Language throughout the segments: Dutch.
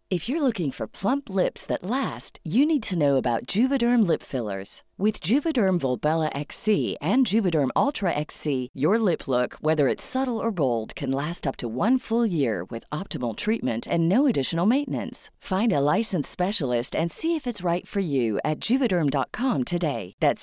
If you're looking for plump lips that last, you need to know about Juvederm lip fillers. With Juvederm Volbella XC and Juvederm Ultra XC, your lip look, whether it's subtle or bold, can last up to 1 full year with optimal treatment and no additional maintenance. Find a licensed specialist and see if it's right for you at Juvederm.com today. That's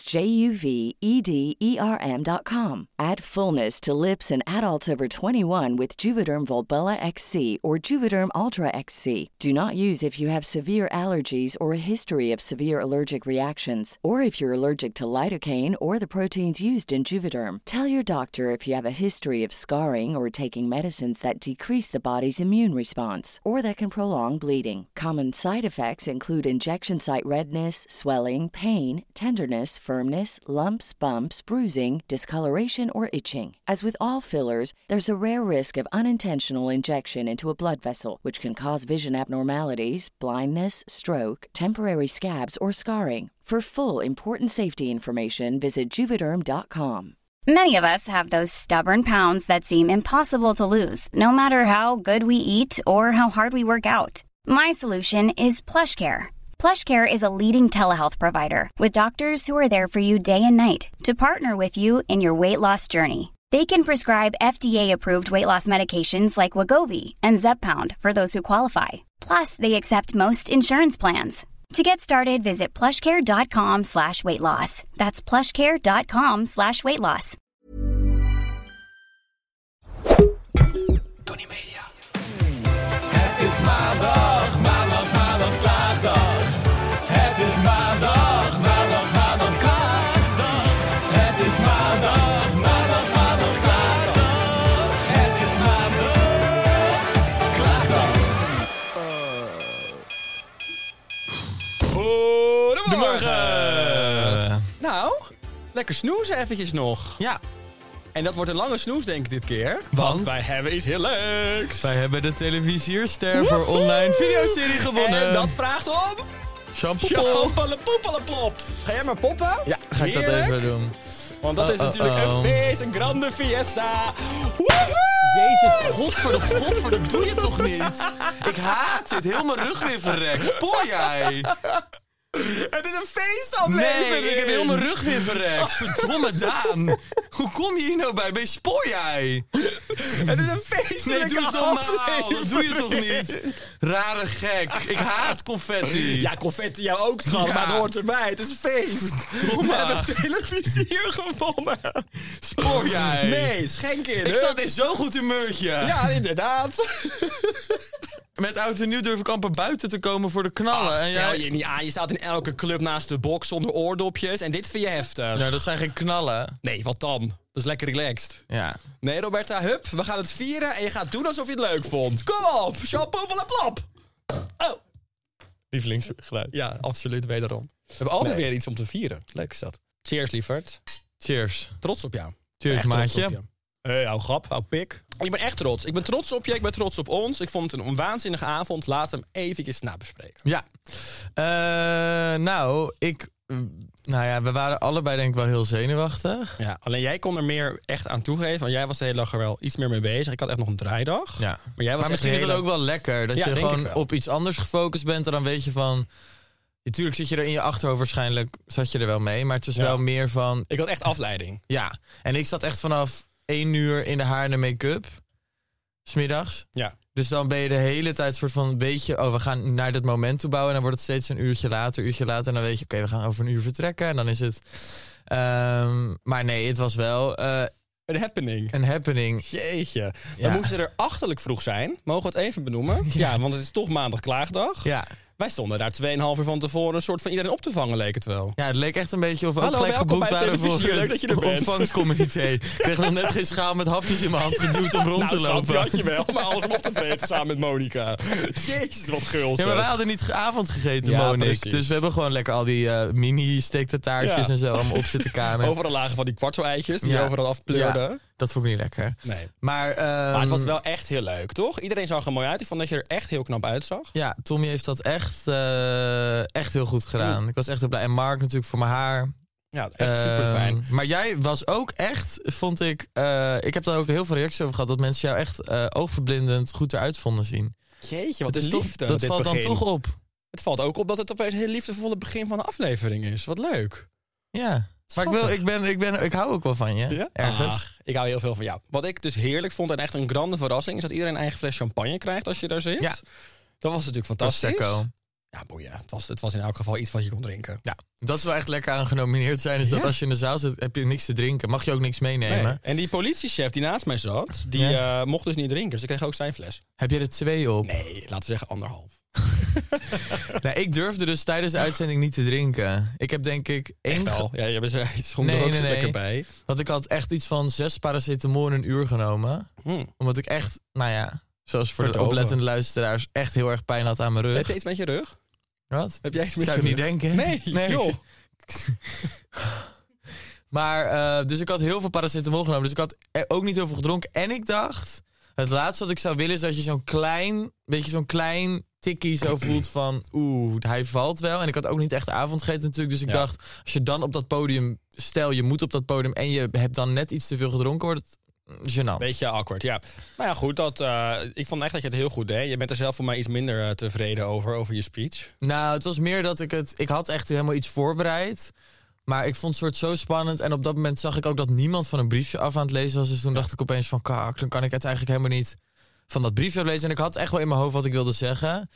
JUVEDERM.com. Add fullness to lips in adults over 21 with Juvederm Volbella XC or Juvederm Ultra XC. Do not use if you have severe allergies or a history of severe allergic reactions, or if you're allergic to lidocaine or the proteins used in Juvederm. Tell your doctor if you have a history of scarring or taking medicines that decrease the body's immune response or that can prolong bleeding. Common side effects include injection site redness, swelling, pain, tenderness, firmness, lumps, bumps, bruising, discoloration, or itching. As with all fillers, there's a rare risk of unintentional injection into a blood vessel, which can cause vision abnormalities, blindness, stroke, temporary scabs, or scarring. For full, important safety information, visit Juvederm.com. Many of us have those stubborn pounds that seem impossible to lose, no matter how good we eat or how hard we work out. My solution is PlushCare. PlushCare is a leading telehealth provider with doctors who are there for you day and night to partner with you in your weight loss journey. They can prescribe FDA-approved weight loss medications like Wegovy and Zepbound for those who qualify. Plus, they accept most insurance plans. To get started, visit plushcare.com/weightloss. That's plushcare.com/weightloss. Tony Media. Het is maandag, maandag, maandag, klaagdag. Het is maandag, maandag, maandag, klaagdag. Het is maandag, maandag, maandag, klaagdag. Het is maandag, klaagdag. Goedemorgen. Nou, lekker snoezen eventjes nog. Ja, En dat wordt een lange snoes, denk ik, dit keer. Want wij hebben iets heel leuks. wij hebben de televisierster voor online videoserie gewonnen. En dat vraagt om... Shampoo. Plop. Ga jij maar poppen? Ja, ga ik dat even doen. Want dat is natuurlijk een feest, een grande fiesta. Jezus, godver, dat doe je toch niet? Ik haat dit. Heel mijn rug weer verrekt. Spoor jij? Het is een feestaflevering. Nee, ik heb heel mijn rug weer verrekt. Verdomme Daan. Hoe kom je hier nou bij? Spoor jij? Het is een feestelijke Nee, doe eens normaal. aflevering. Dat doe je toch niet? Rare gek. Ik haat confetti. Ja, confetti jou ook, schat, Ja. maar het hoort erbij. Het is een feest. We hebben televisie hier gewonnen. Spoor jij? Nee, schenk in. Ik zat in zo'n goed humeurtje. Ja, inderdaad. Met oud en nieuw durf ik amper buiten te komen voor de knallen. Ach, En stel jij- je niet aan. Je staat in elke club naast de box zonder oordopjes. En dit vind je heftig. Nou, dat zijn geen knallen. Nee, wat dan? Dat is lekker relaxed. Ja. Nee, Roberta, hup. We gaan het vieren en je gaat doen alsof je het leuk vond. Kom op. Shampoo, plop. Oh. Lievelingsgeluid. Ja, absoluut, wederom. We hebben altijd weer iets om te vieren. Leuk is dat. Cheers, lieverd. Cheers. Trots op jou. Cheers, Echt trots maatje. op je. Hou grap, hou pik. Ik ben echt trots. Ik ben trots op je, ik ben trots op ons. Ik vond het een waanzinnige avond. Laten we hem eventjes nabespreken. Ja. We waren allebei denk ik wel heel zenuwachtig. Ja, alleen jij kon er meer echt aan toegeven. Want jij was de hele dag er wel iets meer mee bezig. Ik had echt nog een draaidag. Ja. Maar jij was echt misschien de is het hele- ook wel lekker. Dat Ja, je denk ik gewoon wel. op iets anders gefocust bent. En dan weet je van... Natuurlijk zit je er in je achterhoofd waarschijnlijk. Zat je er wel mee. Maar het is Ja. wel meer van... Ik had echt afleiding. Ja. En ik zat echt vanaf 1 uur in de haar en de make-up. 's middags. Ja. Dus dan ben je de hele tijd soort van, weet je, we gaan naar dit moment toe bouwen. En dan wordt het steeds een uurtje later. En dan weet je, oké, we gaan over een uur vertrekken. En dan is het... maar nee, het was wel Een happening. een happening. Jeetje. We Ja. moesten er achterlijk vroeg zijn. Mogen we het even benoemen? Ja, want het is toch maandag klaagdag. Ja. Wij stonden daar 2,5 uur van tevoren een soort van iedereen op te vangen, leek het wel. Ja, het leek echt een beetje of we ook Hallo, gelijk welkom geboekt bij waren voor televisie. Leuk dat je er het bent. ontvangstcomité. Ik kreeg nog net geen schaal met hapjes in mijn hand geduwd om rond te Nou, schat, die lopen. had je wel, maar alles om op te vreten samen met Monica. Jezus, wat gul. Ja, maar zeg. wij hadden niet avond gegeten, Ja, Mo en ik. precies. Dus we hebben gewoon lekker al die mini-steektataartjes Ja. en zo allemaal op zitten kanen. Overal lagen van die kwarto-eitjes die Ja. overal afpleurden. Ja, dat vond ik niet lekker. Nee. Maar Maar het was wel echt heel leuk, toch? Iedereen zag er mooi uit. Ik vond dat je er echt heel knap uitzag. ja, Tommy heeft dat echt heel goed gedaan. Ik was echt heel blij. En Mark natuurlijk voor mijn haar. Ja, echt super fijn. Maar jij was ook echt, vond ik... ik heb daar ook heel veel reacties over gehad... dat mensen jou echt oogverblindend goed eruit vonden zien. Jeetje, wat Het is is liefde. dat dit valt dan begin. toch op. Het valt ook op dat het opeens een heel liefdevolle begin van de aflevering is. Wat leuk. Ja. Maar ik hou ook wel van je. Ja? Ergens. Ik hou heel veel van jou. Wat ik dus heerlijk vond en echt een grande verrassing... is dat iedereen een eigen fles champagne krijgt als je daar zit. Ja. Dat was natuurlijk fantastisch. Prosecco. Ja, boeien. Het was in elk geval iets wat je kon drinken. Ja, dat is wel echt lekker aan genomineerd zijn. Is dat als je in de zaal zit, heb je niks te drinken. Mag je ook niks meenemen. Nee. En die politiechef die naast mij zat, die mocht dus niet drinken. Dus ik kreeg ook zijn fles. Heb je er 2 op? Nee, laten we zeggen 1,5. Nee, ik durfde dus tijdens de uitzending niet te drinken. Ik heb denk ik Echt wel? Ja, je schonk er ook zo lekker bij. Want ik had echt iets van 6 paracetamol in een uur genomen. Omdat ik echt, zoals voor de oplettende luisteraars... echt heel erg pijn had aan mijn rug. Heb je iets met je rug? Wat? Heb jij iets met Zou je ik rug? niet denken? Nee, joh. Maar, dus ik had heel veel paracetamol genomen. Dus ik had ook niet heel veel gedronken. En ik dacht, het laatste wat ik zou willen... is dat je zo'n klein tikkie zo voelt van... hij valt wel. En ik had ook niet echt avondgeten natuurlijk. Dus ik dacht, als je dan op dat podium... stel, je moet op dat podium... en je hebt dan net iets te veel gedronken... wordt het gênant. Beetje awkward, ja. Maar ja, goed, ik vond echt dat je het heel goed deed. Je bent er zelf voor mij iets minder tevreden over je speech. Nou, het was meer dat ik had echt helemaal iets voorbereid... Maar ik vond het soort zo spannend. En op dat moment zag ik ook dat niemand van een briefje af aan het lezen was. Dus toen dacht ik opeens van... kak, dan kan ik het eigenlijk helemaal niet van dat briefje lezen. En ik had echt wel in mijn hoofd wat ik wilde zeggen.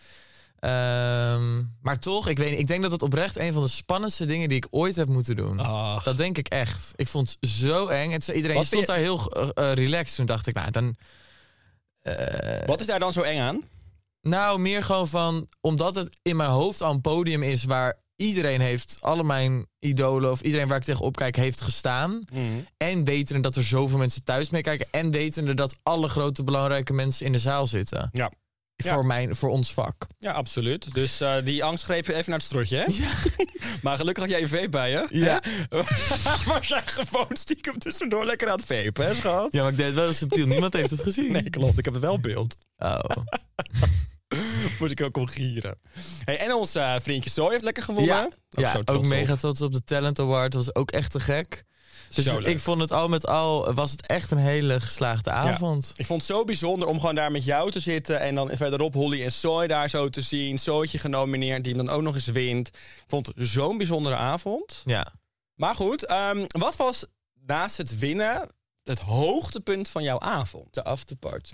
Maar toch, ik denk dat het oprecht een van de spannendste dingen die ik ooit heb moeten doen. Ach. Dat denk ik echt. Ik vond het zo eng. Iedereen stond daar heel relaxed. Toen dacht ik, dan... Wat is daar dan zo eng aan? Nou, meer gewoon van... Omdat het in mijn hoofd al een podium is waar... Iedereen heeft, alle mijn idolen of iedereen waar ik tegen opkijk heeft gestaan. En wetende dat er zoveel mensen thuis meekijken. En wetende dat alle grote belangrijke mensen in de zaal zitten. Ja. Voor ons vak. Ja, absoluut. Dus die angst greep je even naar het strotje, hè? Ja. Maar gelukkig had jij je vape bij je. Ja. Maar zijn gewoon stiekem tussendoor lekker aan het vapen, hè, schat? Ja, maar ik deed het wel subtiel. Niemand heeft het gezien. Nee, klopt. Ik heb het wel beeld. Oh. Moet ik ook om gieren. Hey, en ons vriendje Zoe heeft lekker gewonnen. Ja, ook mega trots op de Talent Award. Dat was ook echt te gek. Dus ik vond het al met al, was het echt een hele geslaagde avond. Ja. Ik vond het zo bijzonder om gewoon daar met jou te zitten... en dan verderop Holly en Zoe daar zo te zien. Zootje genomineerd, die hem dan ook nog eens wint. Ik vond het zo'n bijzondere avond. Ja. Maar goed, wat was naast het winnen het hoogtepunt van jouw avond? De afterparty.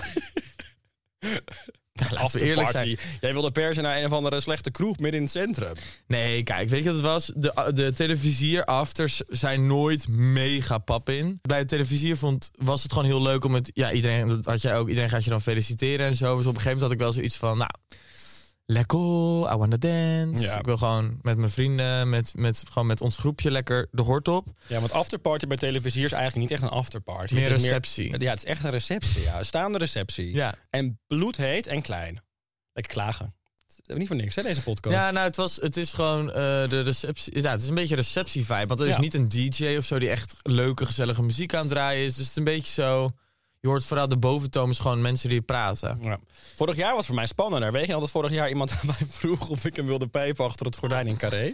Laten we eerlijk zijn. Jij wilde per se naar een of andere slechte kroeg midden in het centrum. Nee, kijk, weet je wat het was? De televisier-afters zijn nooit mega pap in. Bij de televisier was het gewoon heel leuk om het... Ja, iedereen gaat je dan feliciteren en zo. Dus op een gegeven moment had ik wel zoiets van... lekker, I wanna dance. Ja. Ik wil gewoon met mijn vrienden, met ons groepje lekker de hort op. Ja, want afterparty bij televisier is eigenlijk niet echt een afterparty. Meer het is receptie. Ja, het is echt een receptie, ja. Een staande receptie. Ja. En bloedheet en klein. Lekker klagen. Niet voor niks, hè, deze podcast. Ja, nou, het is gewoon de receptie. Ja, het is een beetje receptie-vibe. Want er is niet een DJ of zo die echt leuke, gezellige muziek aan het draaien is. Dus het is een beetje zo... Je hoort vooral de boventoon is gewoon mensen die praten. Ja. Vorig jaar was voor mij spannender. Weet je nog dat vorig jaar iemand aan mij vroeg of ik hem wilde pijpen achter het gordijn in Carré?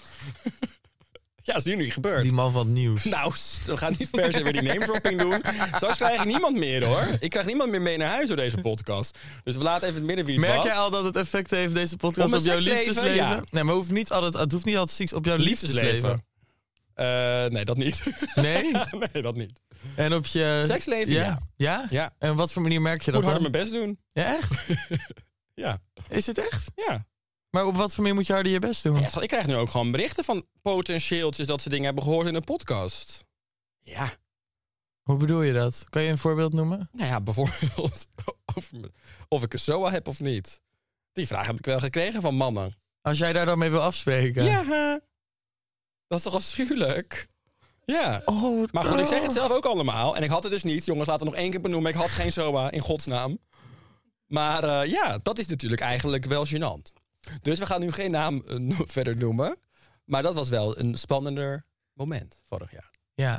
Ja, dat is nu niet gebeurd. Die man van het nieuws. Nou, we gaan niet per se weer die name dropping doen. Straks krijg ik niemand meer, hoor. Ik krijg niemand meer mee naar huis door deze podcast. Dus we laten even het midden wie het was. Merk jij al dat het effect heeft, deze podcast, op op jouw seksleven? liefdesleven? Ja. Nee, maar het hoeft niet altijd iets op jouw liefdesleven. Nee, dat niet. Nee? Nee, dat niet. En op je... Seksleven, ja. Ja? Ja. En op wat voor manier merk je dat Moet harder dan? mijn best doen. Ja, echt? Ja. Is het echt? Ja. Maar op wat voor manier moet je harder je best doen? Ja, ik krijg nu ook gewoon berichten van potentieeltjes dat ze dingen hebben gehoord in een podcast. Ja. Hoe bedoel je dat? Kan je een voorbeeld noemen? Nou ja, bijvoorbeeld of ik een SOA heb of niet. Die vraag heb ik wel gekregen van mannen. Als jij daar dan mee wil afspreken. Ja. Dat is toch afschuwelijk? Ja. Oh, maar goed, ik zeg het zelf ook allemaal. En ik had het dus niet. Jongens, laten we nog 1 keer benoemen. Ik had geen SOA, in godsnaam. Maar ja, dat is natuurlijk eigenlijk wel gênant. Dus we gaan nu geen naam verder noemen. Maar dat was wel een spannender moment vorig jaar.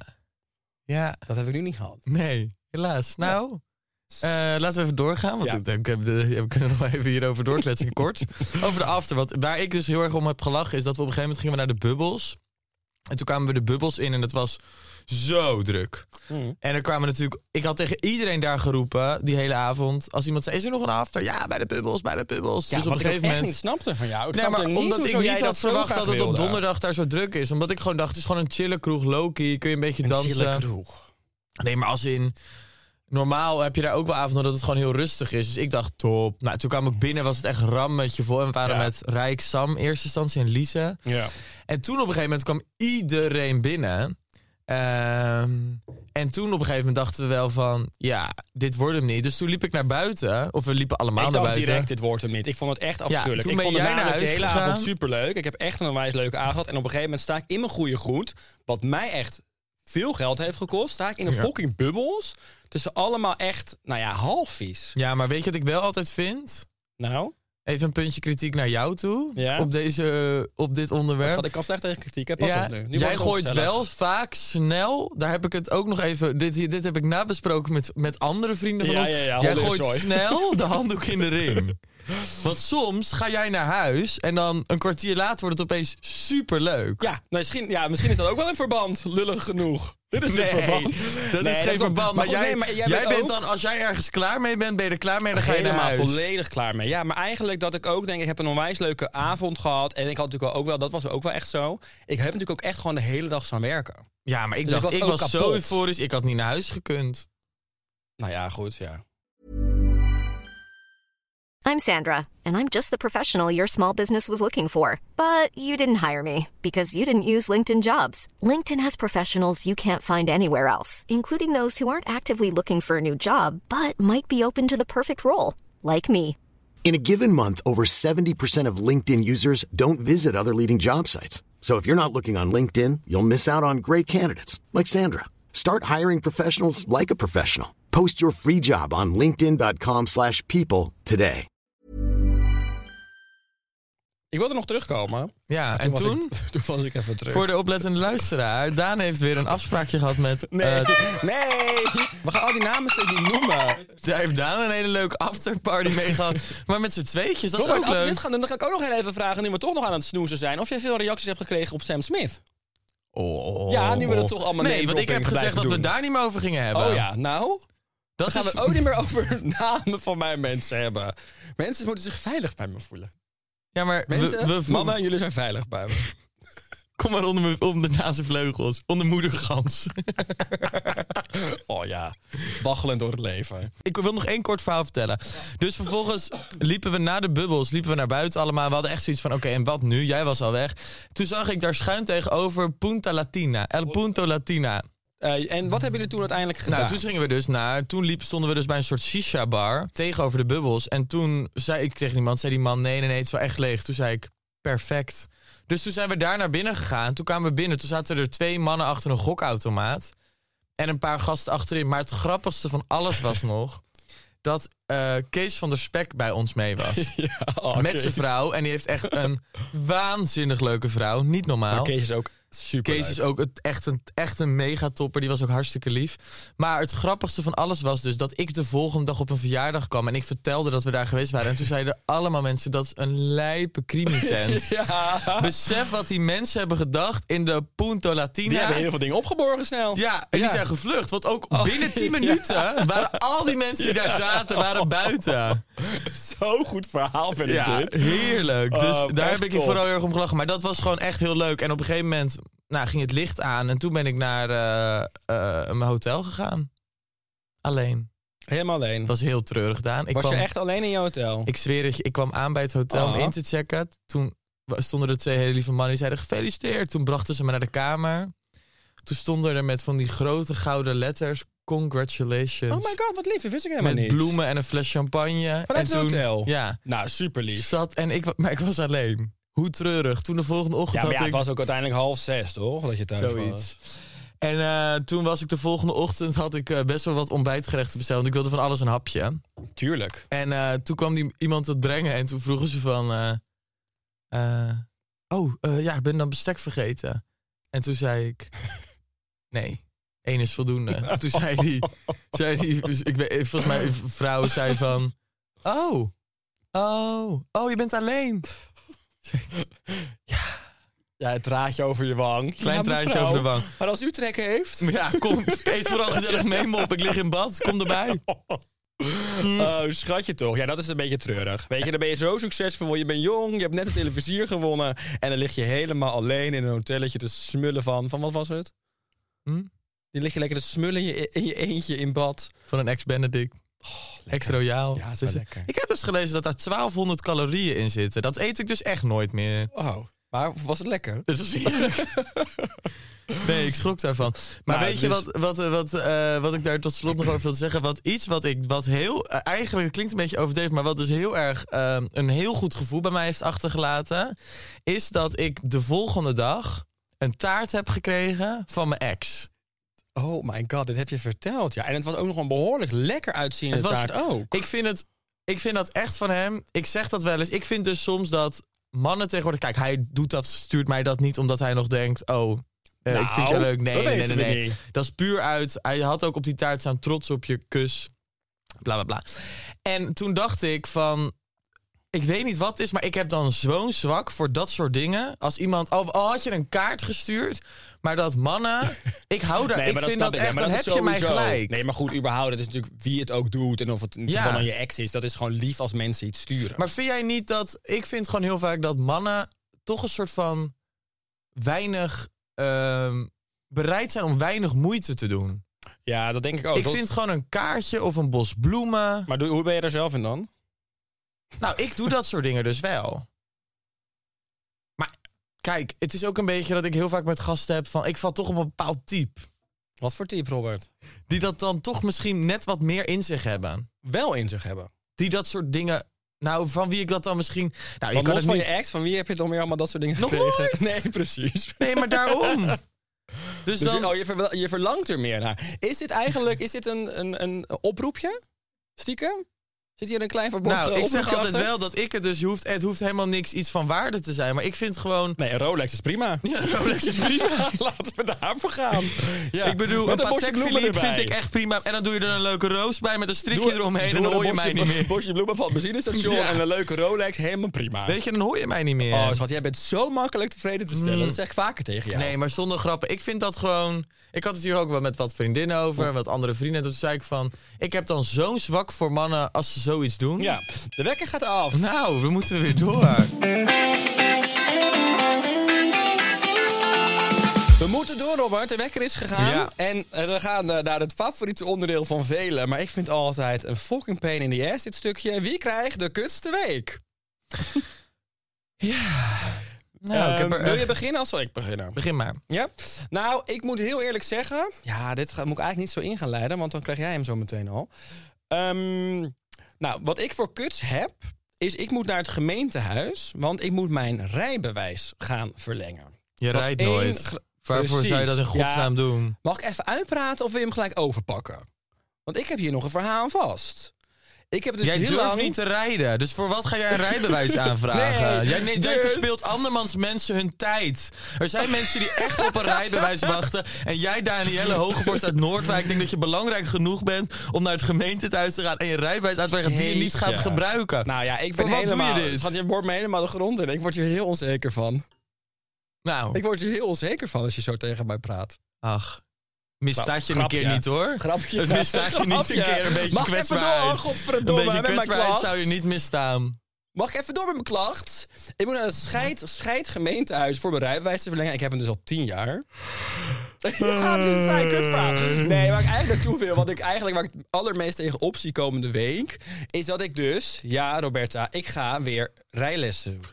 Ja. Dat heb ik nu niet gehad. Nee, helaas. Nou, laten we even doorgaan. Want we kunnen nog even hierover doorkletsen kort. Over de after. Waar ik dus heel erg om heb gelachen is dat we op een gegeven moment gingen naar de bubbels. En toen kwamen we de bubbels in en het was zo druk. En er kwamen natuurlijk... Ik had tegen iedereen daar geroepen, die hele avond. Als iemand zei, is er nog een after? Ja, bij de bubbels, bij de bubbels. Ja, dus op een gegeven moment... echt niet snapte van jou. Ik Nee, maar snapte niet omdat hoezo ik jij niet had zo verwacht graag dat het op wilde. donderdag daar zo druk is. Omdat ik gewoon dacht, het is gewoon een chille kroeg. Low-key, kun je een beetje Een dansen. chille kroeg. Nee, maar als in... Normaal heb je daar ook wel avonden dat het gewoon heel rustig is. Dus ik dacht, top. Nou, toen kwam ik binnen, was het echt rammetje vol. En we waren met Rijk, Sam, eerste instantie en Lise. Ja. En toen op een gegeven moment kwam iedereen binnen. En toen op een gegeven moment dachten we wel van... Ja, dit wordt hem niet. Dus toen liep ik naar buiten. Of we liepen allemaal naar buiten. Ik dacht direct, dit wordt hem niet. Ik vond het echt afschuwelijk. toen Ik ben vond het jij naar namelijk de huis hele gegaan. avond superleuk. Ik heb echt een onwijs leuke avond gehad. En op een gegeven moment sta ik in mijn goede groet. Wat mij echt veel geld heeft gekost. Sta ik in een fucking bubbels. Tussen allemaal echt, half vies. Ja, maar weet je wat ik wel altijd vind? Nou? Even een puntje kritiek naar jou toe. Ja? Op dit onderwerp. Ik kan slecht tegen kritiek. Hè? Pas op nu. Nu Jij wordt het gooit ongezellig. wel vaak snel. Daar heb ik het ook nog even... Dit heb ik nabesproken met andere vrienden van ons. Ja, jij Holly gooit Soy. snel de handdoek in de ring. Want soms ga jij naar huis en dan een kwartier later wordt het opeens superleuk. Ja, misschien is dat ook wel een verband. Lullig genoeg. Dit is een verband. Dat is geen verband. Maar, goed, jij bent ook dan, als jij ergens klaar mee bent, ben je er klaar mee, dan ga je naar helemaal huis. volledig klaar mee. Ja, maar eigenlijk dat ik ook denk, ik heb een onwijs leuke avond gehad. En ik had natuurlijk ook wel, dat was ook wel echt zo. Ik heb natuurlijk ook echt gewoon de hele dag staan werken. Ja, maar ik Dus dacht, ik ook was zo kapot. euforisch, ik had niet naar huis gekund. Nou ja, goed, ja. I'm Sandra, and I'm just the professional your small business was looking for. But you didn't hire me because you didn't use LinkedIn Jobs. LinkedIn has professionals you can't find anywhere else, including those who aren't actively looking for a new job, but might be open to the perfect role, like me. In a given month, over 70% of LinkedIn users don't visit other leading job sites. So if you're not looking on LinkedIn, you'll miss out on great candidates like Sandra. Start hiring professionals like a professional. Post your free job on linkedin.com/people today. Ik wilde nog terugkomen. Ja, en toen was ik even terug. voor de oplettende luisteraar, Daan heeft weer een afspraakje gehad met... Nee, we gaan al die namen steeds niet noemen. Daar heeft Daan een hele leuke afterparty mee gehad. Maar met z'n tweetjes, dat is Robert, ook als we leuk. dit gaan doen, dan ga ik ook nog heel even vragen, nu we toch nog aan het snoezen zijn, of jij veel reacties hebt gekregen op Sam Smith. Ja, nu we het toch allemaal Nee, want ik heb gezegd dat we daar niet meer over gingen hebben. Oh ja, nou... dat Dan gaan we het ook niet meer over namen van mijn mensen hebben. Mensen moeten zich veilig bij me voelen. Ja, maar Mensen, mannen, jullie zijn veilig bij me. Kom maar onder naast de vleugels. Onder moedergans. Oh ja, waggelend door het leven. Ik wil nog één kort verhaal vertellen. Dus vervolgens liepen we naar de bubbels, liepen we naar buiten allemaal. We hadden echt zoiets van, oké, en wat nu? Jij was al weg. Toen zag ik daar schuin tegenover Punta Latina. El Punto Latina. En wat hebben jullie toen uiteindelijk gedaan? Nou, toen gingen we dus stonden we dus bij een soort shisha-bar tegenover de bubbels. En toen zei ik tegen iemand, zei die man, nee, het is wel echt leeg. Toen zei ik, perfect. Dus toen zijn we daar naar binnen gegaan. Toen kwamen we binnen, toen zaten er 2 mannen achter een gokautomaat. En een paar gasten achterin. Maar het grappigste van alles was nog dat Kees van der Spek bij ons mee was. Ja, met Kees. zijn vrouw. En die heeft echt een waanzinnig leuke vrouw. Niet normaal. Maar Kees is ook super. Kees is ook echt een megatopper. Die was ook hartstikke lief. Maar het grappigste van alles was dus dat ik de volgende dag op een verjaardag kwam. En ik vertelde dat we daar geweest waren. En toen zeiden allemaal mensen, dat is een lijpe crimitent. Ja. Besef wat die mensen hebben gedacht in de Punto Latina. Die hebben heel veel dingen opgeborgen snel. Ja, en die zijn gevlucht. Want ook binnen 10 minuten waren al die mensen die daar zaten, waren buiten. Zo'n goed verhaal vind ik Ja, dit. heerlijk. Dus daar echt heb ik top. vooral heel erg om gelachen. Maar dat was gewoon echt heel leuk. En op een gegeven moment ging het licht aan. En toen ben ik naar mijn hotel gegaan. Alleen. Helemaal alleen. Het was heel treurig, Daan. Was je echt alleen in je hotel? Ik zweer het je, ik kwam aan bij het hotel om in te checken. Toen stonden er 2 hele lieve mannen die zeiden gefeliciteerd. Toen brachten ze me naar de kamer. Toen stonden er met van die grote gouden letters, congratulations. Oh my god, wat lief. Dat wist ik helemaal met niet. bloemen en een fles champagne. Vanuit en het toen, hotel? Ja. Nou, super lief. Maar ik was alleen. Hoe treurig. Toen de volgende ochtend Ja, maar had het ik... was ook uiteindelijk 5:30, toch? Dat je thuis was. Zoiets. En toen was ik de volgende ochtend, had ik best wel wat ontbijtgerechten besteld. Want ik wilde van alles een hapje. Tuurlijk. En toen kwam iemand het brengen en toen vroegen ze van... ik ben dan bestek vergeten. En toen zei ik... Nee, 1 is voldoende. Toen zei die volgens mij een vrouw zei van... Oh, je bent alleen. Ja, het traantje over je wang. Klein traantje over de wang. Maar als u trek heeft... Ja, kom, eet vooral gezellig mee, Mop. Ik lig in bad, kom erbij. Oh, schatje toch. Ja, dat is een beetje treurig. Weet je, dan ben je zo succesvol. Je bent jong, je hebt net het televisier gewonnen. En dan lig je helemaal alleen in een hotelletje te smullen van wat was het? Dan lig je lekker te smullen in je eentje in bad. Van een ex-Benedict. Ex-Royaal. Ja, het is wel lekker. Ik heb dus gelezen dat daar 1200 calorieën in zitten. Dat eet ik dus echt nooit meer. Oh, maar was het lekker? Dat was heerlijk. Nee, ik schrok daarvan. Maar Nou, weet je wat ik daar tot slot nog over wil zeggen? Eigenlijk het klinkt een beetje overdreven, maar wat dus heel erg een heel goed gevoel bij mij heeft achtergelaten, is dat ik de volgende dag een taart heb gekregen van mijn ex. Oh my god, dit heb je verteld. Ja, en het was ook nog een behoorlijk lekker uitziende taart ook. Ik vind dat echt van hem. Ik zeg dat wel eens. Ik vind dus soms dat mannen tegenwoordig... Kijk, hij stuurt mij dat niet omdat hij nog denkt... ik vind je leuk. Nee. Dat is puur uit. Hij had ook op die taart staan trots op je kus. Bla, bla, bla. En toen dacht ik van... Ik weet niet wat het is, maar ik heb dan zo'n zwak voor dat soort dingen. Als iemand... had je een kaart gestuurd... Maar dat mannen... Ik hou daar... ik vind dat echt... Dan heb je mij gelijk. Nee, maar goed, überhaupt. Dat is natuurlijk wie het ook doet. En of het gewoon aan je ex is. Dat is gewoon lief als mensen iets sturen. Maar vind jij niet dat... Ik vind gewoon heel vaak dat mannen... toch een soort van... weinig... bereid zijn om weinig moeite te doen. Ja, dat denk ik ook. Ik vind gewoon een kaartje of een bos bloemen... Maar hoe ben je er zelf in dan? Nou, ik doe dat soort dingen dus wel. Maar kijk, het is ook een beetje dat ik heel vaak met gasten heb van... ik val toch op een bepaald type. Wat voor type, Robert? Die dat dan toch misschien net wat meer in zich hebben. Wel in zich hebben? Die dat soort dingen... Nou, van wie ik dat dan misschien... Nou, je kan het van je ex, van wie heb je dan weer allemaal dat soort dingen gekregen? Nooit. Nee, precies. Nee, maar daarom. Dus dan... je verlangt er meer naar. Is dit een oproepje? Stiekem? Zit hier een klein verborgen Nou, ik zeg altijd achter? wel dat ik het dus het hoeft helemaal niks iets van waarde te zijn. Maar ik vind gewoon... Nee, een Rolex is prima. Ja, een Rolex is prima. Laten we daarvoor gaan. Ja. Ik bedoel, met een Patek Philippe erbij. vind ik echt prima. En dan doe je er een leuke roos bij met een strikje eromheen. En dan hoor je mij niet meer. Een bosje bloemen van het benzinestation en een leuke Rolex. Helemaal prima. Weet je, dan hoor je mij niet meer. Oh, schat, jij bent zo makkelijk tevreden te stellen. Dat zeg ik vaker tegen jou. Nee, maar zonder grappen. Ik vind dat gewoon... Ik had het hier ook wel met wat vriendinnen over. Wat andere vrienden. En toen zei ik van... Ik heb dan zo'n zwak voor mannen als ze zoiets doen. Ja, de wekker gaat af. Nou, we moeten weer door. We moeten door, Robert. De wekker is gegaan. Ja. En we gaan naar het favoriete onderdeel van velen. Maar ik vind altijd een fucking pain in the ass, dit stukje. Wie krijgt de kutste week? Ja. Nou, wil je beginnen of zal ik beginnen? Begin maar. Ja? Nou, ik moet heel eerlijk zeggen... Ja, dit moet ik eigenlijk niet zo in gaan leiden, want dan krijg jij hem zo meteen al. Nou, wat ik voor kuts heb, is ik moet naar het gemeentehuis... want ik moet mijn rijbewijs gaan verlengen. Je rijdt nooit. Waarvoor zou je dat in godsnaam doen? Mag ik even uitpraten of wil je hem gelijk overpakken? Want ik heb hier nog een verhaal aan vast. Ik heb dus jij heel durft lang... niet te rijden. Dus voor wat ga jij een rijbewijs aanvragen? Nee, jij verspeelt andermans mensen hun tijd. Er zijn mensen die echt op een rijbewijs wachten. En jij, Danielle Hogevorst uit Noordwijk... denkt dat je belangrijk genoeg bent om naar het gemeentehuis te gaan... en je rijbewijs uit te brengen die je niet gaat gebruiken. Nou ja, ik ben voor wat helemaal... doe je dit? Want je boort me helemaal de grond in. Ik word hier heel onzeker van. Nou. Ik word hier heel onzeker van als je zo tegen mij praat. Ach. Misstaat je grapje. een keer niet, hoor. Grapje. Het misstaat je niet een keer een beetje Mag kwetsbaarheid. Even door, godverdomme, een beetje met mijn kwetsbaarheid klacht. zou je niet misstaan. Mag ik even door met mijn klacht? Ik moet naar het scheidgemeentehuis voor mijn rijbewijs te verlengen. Ik heb hem dus al 10 jaar. Ja, het is een saai kutverhaal. Nee, waar ik eigenlijk naartoe wil, waar ik het allermeest tegen op zie komende week... is dat ik dus, ja Roberta, ik ga weer rijlessen doen.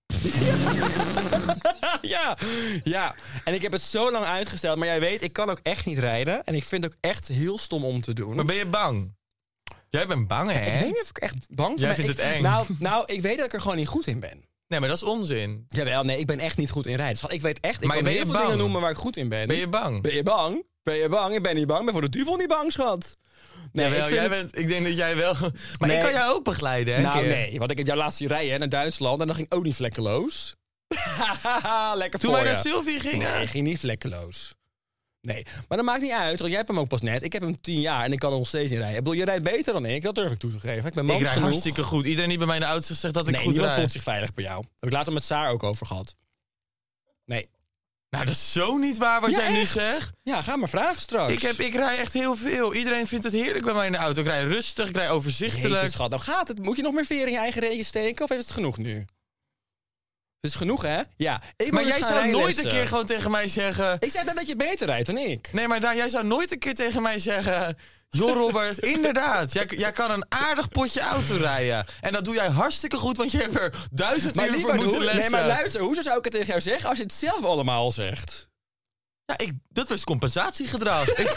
Ja. En ik heb het zo lang uitgesteld. Maar jij weet, ik kan ook echt niet rijden. En ik vind het ook echt heel stom om te doen. Maar ben je bang? Jij bent bang, hè? Ik weet niet of ik echt bang ben. Jij vindt het eng. Nou, ik weet dat ik er gewoon niet goed in ben. Nee, maar dat is onzin. Jawel, nee, ik ben echt niet goed in rijden. Schat, ik weet echt, ik Maar kan ben je heel veel bang? dingen noemen waar ik goed in ben. Ben je bang? Ben je bang? Ben je bang? Ik ben niet bang. Ik ben voor de duivel niet bang, schat. Nee, Jawel, ik denk dat jij wel... Maar Nee. ik kan jou ook begeleiden, hè? Nou, keer. nee, want ik heb jou laatst zien rijden naar Duitsland en dan ging ook niet vlekkeloos. Lekker Toen voor wij je. naar Sylvie gingen. Nee, ging niet vlekkeloos. Nee, maar dat maakt niet uit, want jij hebt hem ook pas net. Ik heb hem 10 jaar en ik kan er nog steeds in rijden. Ik bedoel, je rijdt beter dan ik, dat durf ik toe te geven. Ik ben Ik mans rijd genoeg. hartstikke goed. Iedereen die bij mij in de auto zegt dat ik Nee, goed niemand rijd. voelt zich veilig bij jou. Heb ik later met Saar ook over gehad. Nee. Nou, dat is zo niet waar wat jij nu zegt. Ja, ga maar vragen straks. Ik rij echt heel veel. Iedereen vindt het heerlijk bij mij in de auto. Ik rij rustig, ik rij overzichtelijk. Jezus, schat, nou gaat het. Moet je nog meer veren in je eigen reetje steken? Of is het genoeg nu? Het is genoeg, hè? Ja. Maar jij zou nooit een keer gewoon tegen mij zeggen... Ik zei net dat je beter rijdt dan ik. Nee, maar jij zou nooit een keer tegen mij zeggen... Joh, Robert, inderdaad. Jij kan een aardig potje auto rijden. En dat doe jij hartstikke goed, want je hebt er 1000 uur voor moeten lessen. Nee, maar luister, hoezo zou ik het tegen jou zeggen als je het zelf allemaal zegt? Ja, dat was compensatiegedrag. Ik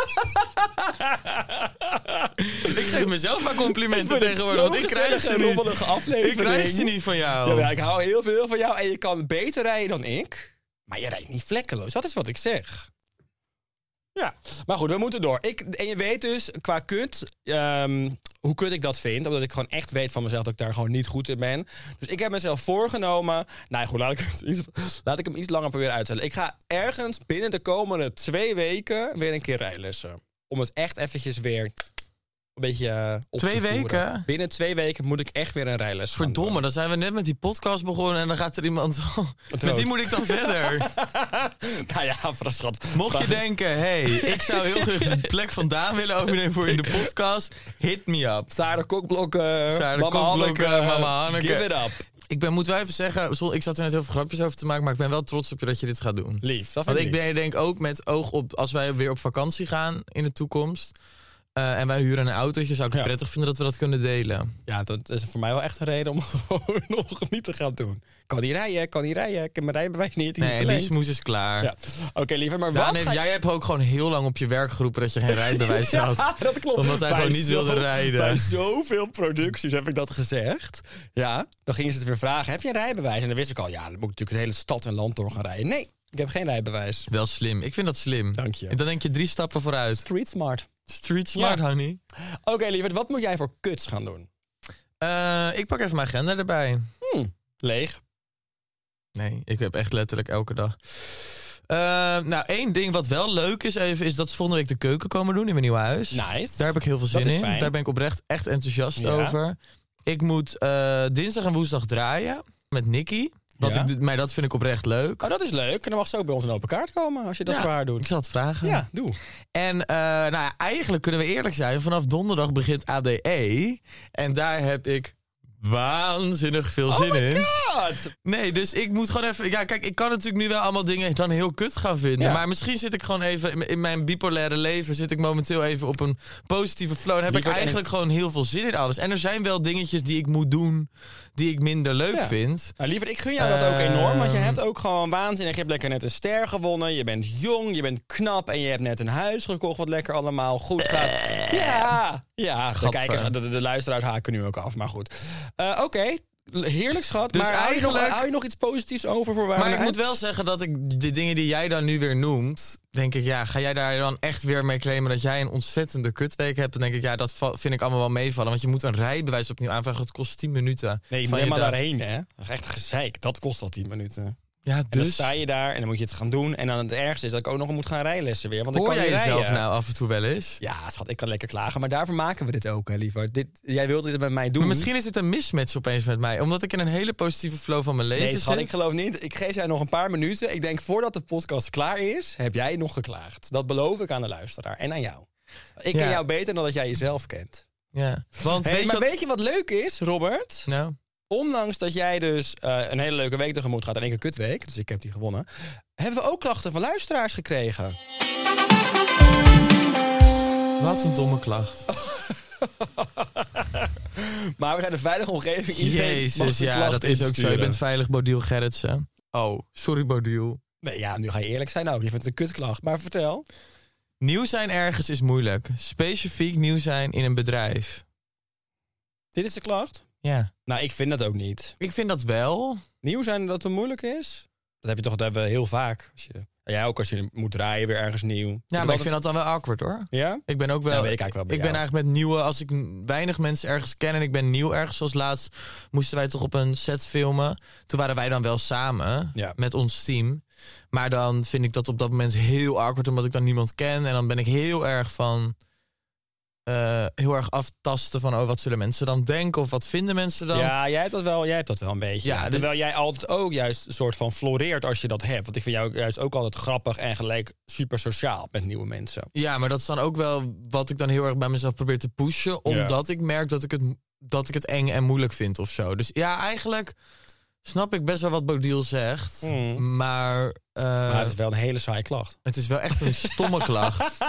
geef mezelf maar complimenten tegenwoordig, want ik krijg ze niet. Ik krijg ze niet van jou. Ja, ik hou heel veel van jou en je kan beter rijden dan ik. Maar je rijdt niet vlekkeloos, dat is wat ik zeg. Ja, maar goed, we moeten door. En je weet dus, qua kut, hoe kut ik dat vind. Omdat ik gewoon echt weet van mezelf dat ik daar gewoon niet goed in ben. Dus ik heb mezelf voorgenomen... Nou goed, laat ik hem iets langer proberen uitstellen. Ik ga ergens binnen de komende 2 weken weer een keer rijlessen. Om het echt eventjes weer... een beetje op 2 te voeren. weken? Binnen 2 weken moet ik echt weer een rijles gaan Verdomme, doen. dan zijn we net met die podcast begonnen... en dan gaat er iemand... Met wie moet ik dan verder? Nou ja, schat. Mocht je denken, hey, ik zou heel graag de plek van Daan willen overnemen voor in de podcast... hit me up. Sarah Kokblokken, Mama Hanneke. Give it up. Ik moet wel even zeggen, ik zat er net heel veel grapjes over te maken... maar ik ben wel trots op je dat je dit gaat doen. Lief, dat Want vind ik denk ook met oog op... als wij weer op vakantie gaan in de toekomst... en wij huren een autootje, zou ik het prettig vinden dat we dat kunnen delen. Ja, dat is voor mij wel echt een reden om gewoon nog niet te gaan doen. Kan niet rijden. Ik heb mijn rijbewijs niet. Nee, die smoes is klaar. Ja. Oké, liever, maar Daan, wat jij hebt ook gewoon heel lang op je werk geroepen dat je geen rijbewijs had. Ja, dat klopt. Omdat hij gewoon niet wilde rijden. Bij zoveel producties heb ik dat gezegd. Ja, dan gingen ze het weer vragen, heb je een rijbewijs? En dan wist ik al, ja, dan moet ik natuurlijk de hele stad en land door gaan rijden. Nee, ik heb geen rijbewijs. Wel slim. Ik vind dat slim. Dank je. En dan denk je 3 stappen vooruit. Street smart. Street smart, honey. Oké, lieverd, wat moet jij voor kuts gaan doen? Ik pak even mijn agenda erbij. Leeg. Nee, ik heb echt letterlijk elke dag. Nou, 1 ding wat wel leuk is even... is dat ze volgende week de keuken komen doen in mijn nieuwe huis. Nice. Daar heb ik heel veel zin in. Fijn. Daar ben ik oprecht echt enthousiast over. Ik moet dinsdag en woensdag draaien met Nicky. Maar dat vind ik oprecht leuk. Oh, dat is leuk. En dan mag ze ook bij ons een open kaart komen als je dat voor haar doet. Ik zal het vragen. Ja, doe. En eigenlijk kunnen we eerlijk zijn. Vanaf donderdag begint ADE. En daar heb ik waanzinnig veel zin in. God. Nee, dus ik moet gewoon even... Ja, kijk, ik kan natuurlijk nu wel allemaal dingen dan heel kut gaan vinden. Ja. Maar misschien zit ik gewoon even... In mijn bipolaire leven zit ik momenteel even op een positieve flow. En heb ik eigenlijk gewoon heel veel zin in alles. En er zijn wel dingetjes die ik moet doen... die ik minder leuk vind. Nou, lieverd, ik gun jou dat ook enorm. Want je hebt ook gewoon waanzinnig. Je hebt lekker net een ster gewonnen. Je bent jong, je bent knap. En je hebt net een huis gekocht wat lekker allemaal goed gaat. Ja. De luisteraars haken nu ook af. Maar goed. Oké. Heerlijk, schat. Dus maar eigenlijk... hou je nog iets positiefs over voor waar? Maar ik moet wel zeggen dat ik de dingen die jij dan nu weer noemt... denk ik, ga jij daar dan echt weer mee claimen... dat jij een ontzettende kutweek hebt? Dan denk ik, dat vind ik allemaal wel meevallen. Want je moet een rijbewijs opnieuw aanvragen. Dat kost 10 minuten. Nee, je moet helemaal daarheen, hè? Dat is echt gezeik. Dat kost al 10 minuten. Ja, dus... En dan sta je daar en dan moet je het gaan doen. En dan het ergste is dat ik ook nog moet gaan rijlessen weer. Want Hoor ik kan jij niet jezelf rijden. nou af en toe wel eens? Ja, schat, ik kan lekker klagen. Maar daarvoor maken we dit ook, hè, liever. Jij wilt dit met mij doen. Maar misschien is dit een mismatch opeens met mij. Omdat ik in een hele positieve flow van mijn leven Nee, schat, zit. ik geloof niet. Ik geef jij nog een paar minuten. Ik denk, voordat de podcast klaar is, heb jij nog geklaagd. Dat beloof ik aan de luisteraar en aan jou. Ik ken jou beter dan dat jij jezelf kent. Ja. Want weet je wat leuk is, Robert? Nou... Ondanks dat jij dus een hele leuke week tegemoet gaat en één keer kutweek, dus ik heb die gewonnen, hebben we ook klachten van luisteraars gekregen. Wat een domme klacht. Maar we zijn een veilige omgeving. Jezus, ja, dat is ook zo. Je bent veilig, Bodil Gerritsen. Oh, sorry, Bodil. Nee, ja, nu ga je eerlijk zijn ook. Je vindt het een kutklacht. Maar vertel. Nieuw zijn ergens is moeilijk. Specifiek nieuw zijn in een bedrijf. Dit is de klacht? Ja. Nou, ik vind dat ook niet. Ik vind dat wel. Nieuw zijn dat het moeilijk is? Dat hebben we heel vaak. Jij ook als je moet draaien weer ergens nieuw. Ja, maar ik vind dat dan wel awkward, hoor. Ja? Ik ben ook wel... Ja, weet ik eigenlijk wel bij ik ben jou. eigenlijk met nieuwe... Als ik weinig mensen ergens ken en ik ben nieuw ergens... Zoals laatst moesten wij toch op een set filmen. Toen waren wij dan wel samen met ons team. Maar dan vind ik dat op dat moment heel awkward... omdat ik dan niemand ken. En dan ben ik heel erg van... heel erg aftasten van... wat zullen mensen dan denken of wat vinden mensen dan? Ja, jij hebt dat wel een beetje. Ja, Ja, terwijl jij altijd ook juist een soort van floreert als je dat hebt. Want ik vind jou juist ook altijd grappig en gelijk super sociaal met nieuwe mensen. Ja, maar dat is dan ook wel wat ik dan heel erg bij mezelf probeer te pushen. Omdat ik merk dat ik het eng en moeilijk vind of zo. Dus ja, eigenlijk snap ik best wel wat Bodil zegt. Maar Maar het is wel een hele saaie klacht. het is wel echt een stomme klacht.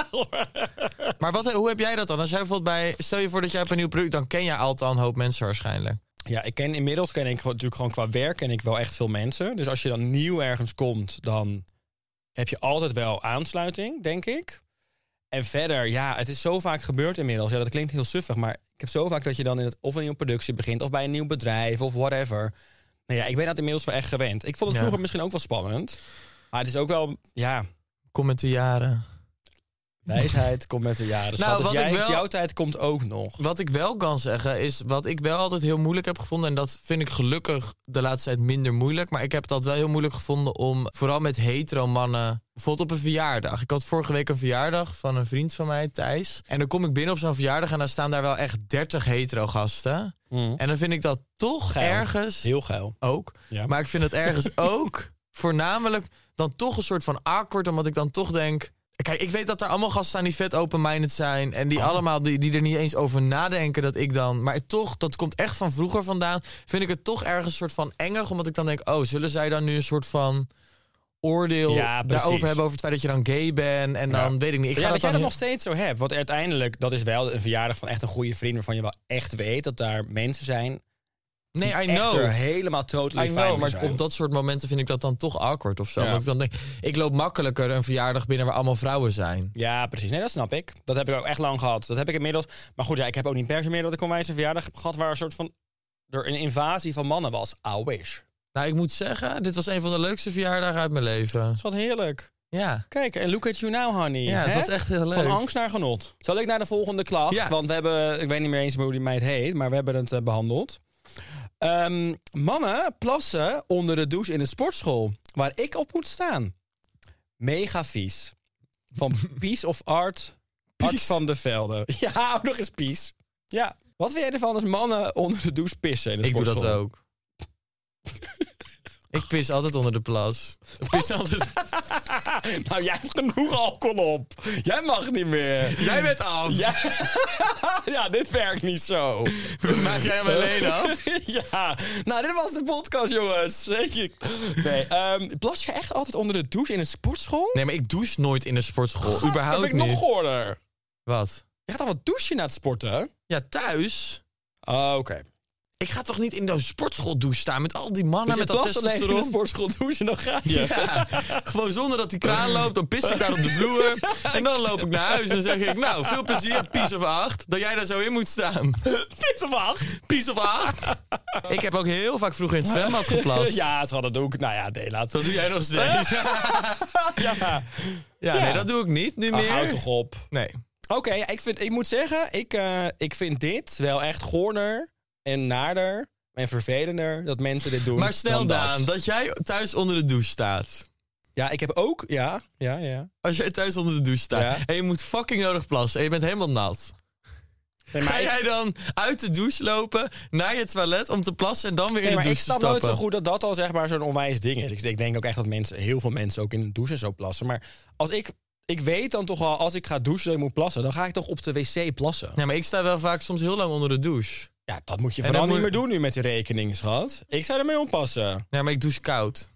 Maar hoe heb jij dat dan? Als jij bijvoorbeeld stel je voor dat jij hebt een nieuw product... dan ken jij altijd al een hoop mensen waarschijnlijk. Ja, inmiddels ken ik natuurlijk gewoon qua werk ken ik wel echt veel mensen. Dus als je dan nieuw ergens komt, dan heb je altijd wel aansluiting, denk ik. En verder, ja, het is zo vaak gebeurd inmiddels. Ja, dat klinkt heel suffig, maar ik heb zo vaak dat je dan of een nieuwe productie begint... of bij een nieuw bedrijf of whatever. Nou ja, ik ben dat inmiddels wel echt gewend. Ik vond het vroeger misschien ook wel spannend. Maar het is ook wel, ja... Kom met de jaren. Wijsheid komt met de jaren. Nou, Dus jouw tijd komt ook nog. Wat ik wel kan zeggen is, wat ik wel altijd heel moeilijk heb gevonden... en dat vind ik gelukkig de laatste tijd minder moeilijk... maar ik heb dat wel heel moeilijk gevonden om, vooral met hetero mannen... bijvoorbeeld op een verjaardag. Ik had vorige week een verjaardag van een vriend van mij, Thijs. En dan kom ik binnen op zo'n verjaardag... en dan staan daar wel echt 30 hetero gasten. En dan vind ik dat toch Geil. ergens... Heel geil. Ook. Ja. Maar ik vind het ergens ook voornamelijk dan toch een soort van awkward... omdat ik dan toch denk... Kijk, ik weet dat er allemaal gasten staan die vet open-minded zijn... en die allemaal die er niet eens over nadenken dat ik dan... Maar toch, dat komt echt van vroeger vandaan... vind ik het toch ergens een soort van engig... omdat ik dan denk, zullen zij dan nu een soort van oordeel daarover hebben... over het feit dat je dan gay bent en dan weet ik niet. Ik ga dat jij dan dat nog steeds zo hebt. Want uiteindelijk, dat is wel een verjaardag van echt een goede vriend... waarvan je wel echt weet dat daar mensen zijn... Nee, I echt know. er helemaal totally I fine know, mee maar zijn. op dat soort momenten vind ik dat dan toch awkward of zo. Ja. Want ik dan denk, ik loop makkelijker een verjaardag binnen waar allemaal vrouwen zijn. Ja, precies. Nee, dat snap ik. Dat heb ik ook echt lang gehad. Dat heb ik inmiddels... Maar goed, ik heb ook niet per se meer dat ik onwijs een verjaardag heb gehad... waar een soort van... er een invasie van mannen was. I wish. Nou, ik moet zeggen, dit was een van de leukste verjaardagen uit mijn leven. Dat is wat heerlijk. Ja. Kijk, en look at you now, honey. Ja, het Hè? was echt heel leuk. Van angst naar genot. Zal ik naar de volgende klacht? Ja. Want we hebben... Ik weet niet meer eens hoe die meid heet... maar we hebben het behandeld. Mannen plassen onder de douche in de sportschool... waar ik op moet staan. Mega vies. Van Piece of Art... Art van de Velde. Ja, ook nog eens Piece. Ja. Wat vind jij ervan als mannen onder de douche pissen in de Ik doe sportschool? dat ook. Ik pis altijd onder de plas. Ik pis altijd... Nou, jij hebt genoeg alcohol op. Jij mag niet meer. Jij bent af. Ja, ja, dit werkt niet zo. Maak jij hem alleen af? Ja, nou, dit was de podcast, jongens. Weet je. Nee, plas je echt altijd onder de douche in een sportschool? Nee, maar ik douche nooit in de sportschool. Gast, Überhaupt dat vind ik niet. nog goorder. Wat? Je gaat al wat douchen na het sporten? Ja, thuis. Oh, oké. Ik ga toch niet in de sportschool douche staan met al die mannen Dus je met dat plast alleen in de testosteron? sportschool douchen, dan ga je. Ja, gewoon zonder dat die kraan loopt, dan pis ik daar op de vloer. En dan loop ik naar huis en dan zeg ik, nou, veel plezier, piece of 8, dat jij daar zo in moet staan. Piece of 8. Piece of 8. Ik heb ook heel vaak vroeger in het zwembad geplast. Ja, schat, dat doe ik. Nou ja, nee, laat. Dat doe jij nog steeds. Ja. Ja, nee, dat doe ik niet nu Ach, meer. houd toch op. Nee. Oké, ik moet zeggen, ik vind dit wel echt goorder en naarder en vervelender dat mensen dit doen. Maar stel, dan Daan, dat jij thuis onder de douche staat. Ja, ik heb ook, ja. Als jij thuis onder de douche staat Ja. en je moet fucking nodig plassen en je bent helemaal nat. Nee, maar Ga jij dan uit de douche lopen naar je toilet om te plassen en dan weer in de maar ik douche te snap stappen? nooit zo goed dat dat al zeg maar zo'n onwijs ding is. Ik denk ook echt dat heel veel mensen ook in de douche en zo plassen. Maar als ik weet dan toch al, als ik ga douchen dat ik moet plassen, dan ga ik toch op de wc plassen. Ja, maar ik sta wel vaak soms heel lang onder de douche. Ja, dat moet je En vooral dan niet moet- meer doen nu met die rekening, schat. Ik zou ermee oppassen. Ja, maar ik douche koud.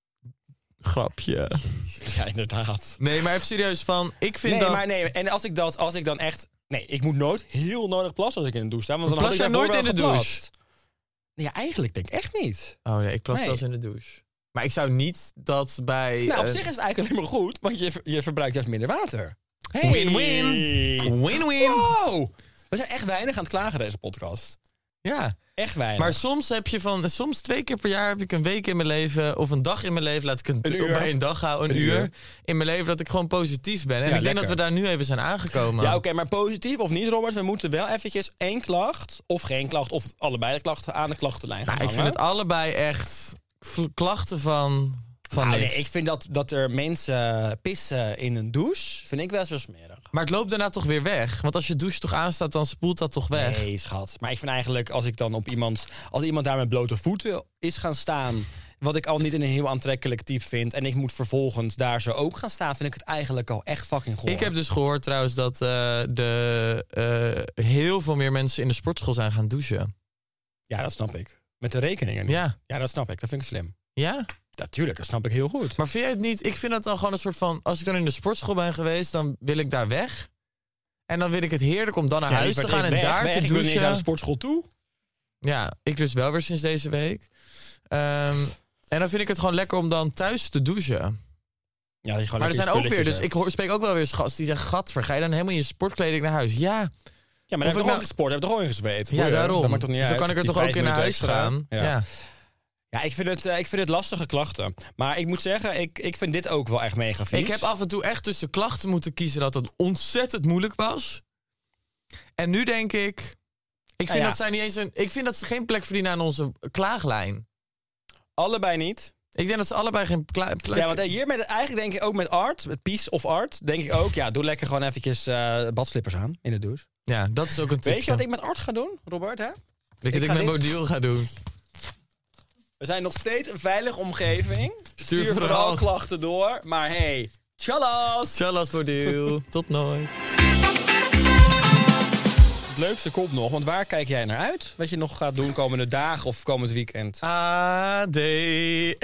Grapje. Ja, inderdaad. Nee, maar even serieus van, ik vind Nee, dat... maar nee. En als ik dan echt... Nee, ik moet nooit heel nodig plassen als ik in de douche sta. Want dan Plas had ik jij daarvoor nooit wel in de geplast. Nee, ja, eigenlijk denk ik echt niet. Oh nee, ik plas Nee. wel eens in de douche. Maar ik zou niet dat bij... Nou, op zich is het eigenlijk alleen maar goed, want je verbruikt juist minder water. Win-win. Win-win. Wow! We zijn echt weinig aan het klagen deze podcast. Ja. Echt weinig. Maar soms heb je soms 2 keer per jaar heb ik een week in mijn leven, of een dag in mijn leven, laat ik het Een uur. bij een dag houden, een uur in mijn leven dat ik gewoon positief ben. En Ja, ik denk dat lekker. we daar nu even zijn aangekomen. Ja, oké, maar positief of niet, Robert? We moeten wel eventjes 1 klacht, of geen klacht, of allebei de klachten aan de klachtenlijn gaan Nou, ik hangen. vind het allebei echt klachten van Nou, niks. nee, ik vind dat er mensen pissen in een douche, Vind ik wel zo smerig. Maar het loopt daarna toch weer weg? Want als je douche toch aanstaat, dan spoelt dat toch weg? Nee, schat. Maar ik vind eigenlijk, als iemand daar met blote voeten is gaan staan, wat ik al niet een heel aantrekkelijk type vind, en ik moet vervolgens daar zo ook gaan staan, vind ik het eigenlijk al echt fucking goor. Ik heb dus gehoord trouwens dat heel veel meer mensen in de sportschool zijn gaan douchen. Ja, dat snap ik. Met de rekeningen. Ja. Ja, dat snap ik. Dat vind ik slim. Ja? Natuurlijk, dat snap ik heel goed. Maar vind jij het niet? Ik vind dat dan gewoon een soort van, als ik dan in de sportschool ben geweest, dan wil ik daar weg. En dan vind ik het heerlijk om dan naar huis te gaan en daar te douchen. Ik wil niet naar de sportschool toe. Ja, ik dus wel weer sinds deze week. En dan vind ik het gewoon lekker om dan thuis te douchen. Ja, dat je gewoon maar er zijn ook weer, dus hebt. ik spreek ook wel weer eens gasten die zeggen, gadver, ga je dan helemaal in je sportkleding naar huis? Ja. Ja, maar dan heb je toch gesport, heb je toch gewoon gezweet? Ja, daarom. Dat maakt toch niet dus dan uit. kan ik er toch ook in naar huis gaan. Ja. Ja, ik vind het lastige klachten. Maar ik moet zeggen, ik vind dit ook wel echt mega vies. Ik heb af en toe echt tussen klachten moeten kiezen dat het ontzettend moeilijk was. En nu denk ik, dat zij niet eens ik vind dat ze geen plek verdienen aan onze klaaglijn. Allebei niet. Ik denk dat ze allebei geen plek... Ja, want hier eigenlijk denk ik ook met art, met Peace of Art, denk ik ook, ja, doe lekker gewoon eventjes badslippers aan in de douche. Ja, dat is ook een tip. Weet je wat ik met art ga doen, Robert? Hè? Weet je wat ik met Bodil ga doen? We zijn nog steeds een veilige omgeving. Stuur vooral klachten door. Maar hey, tjallas! Tjallas, Bodil. Tot nooit. Het leukste komt nog, want waar kijk jij naar uit? Wat je nog gaat doen komende dagen of komend weekend? ADE.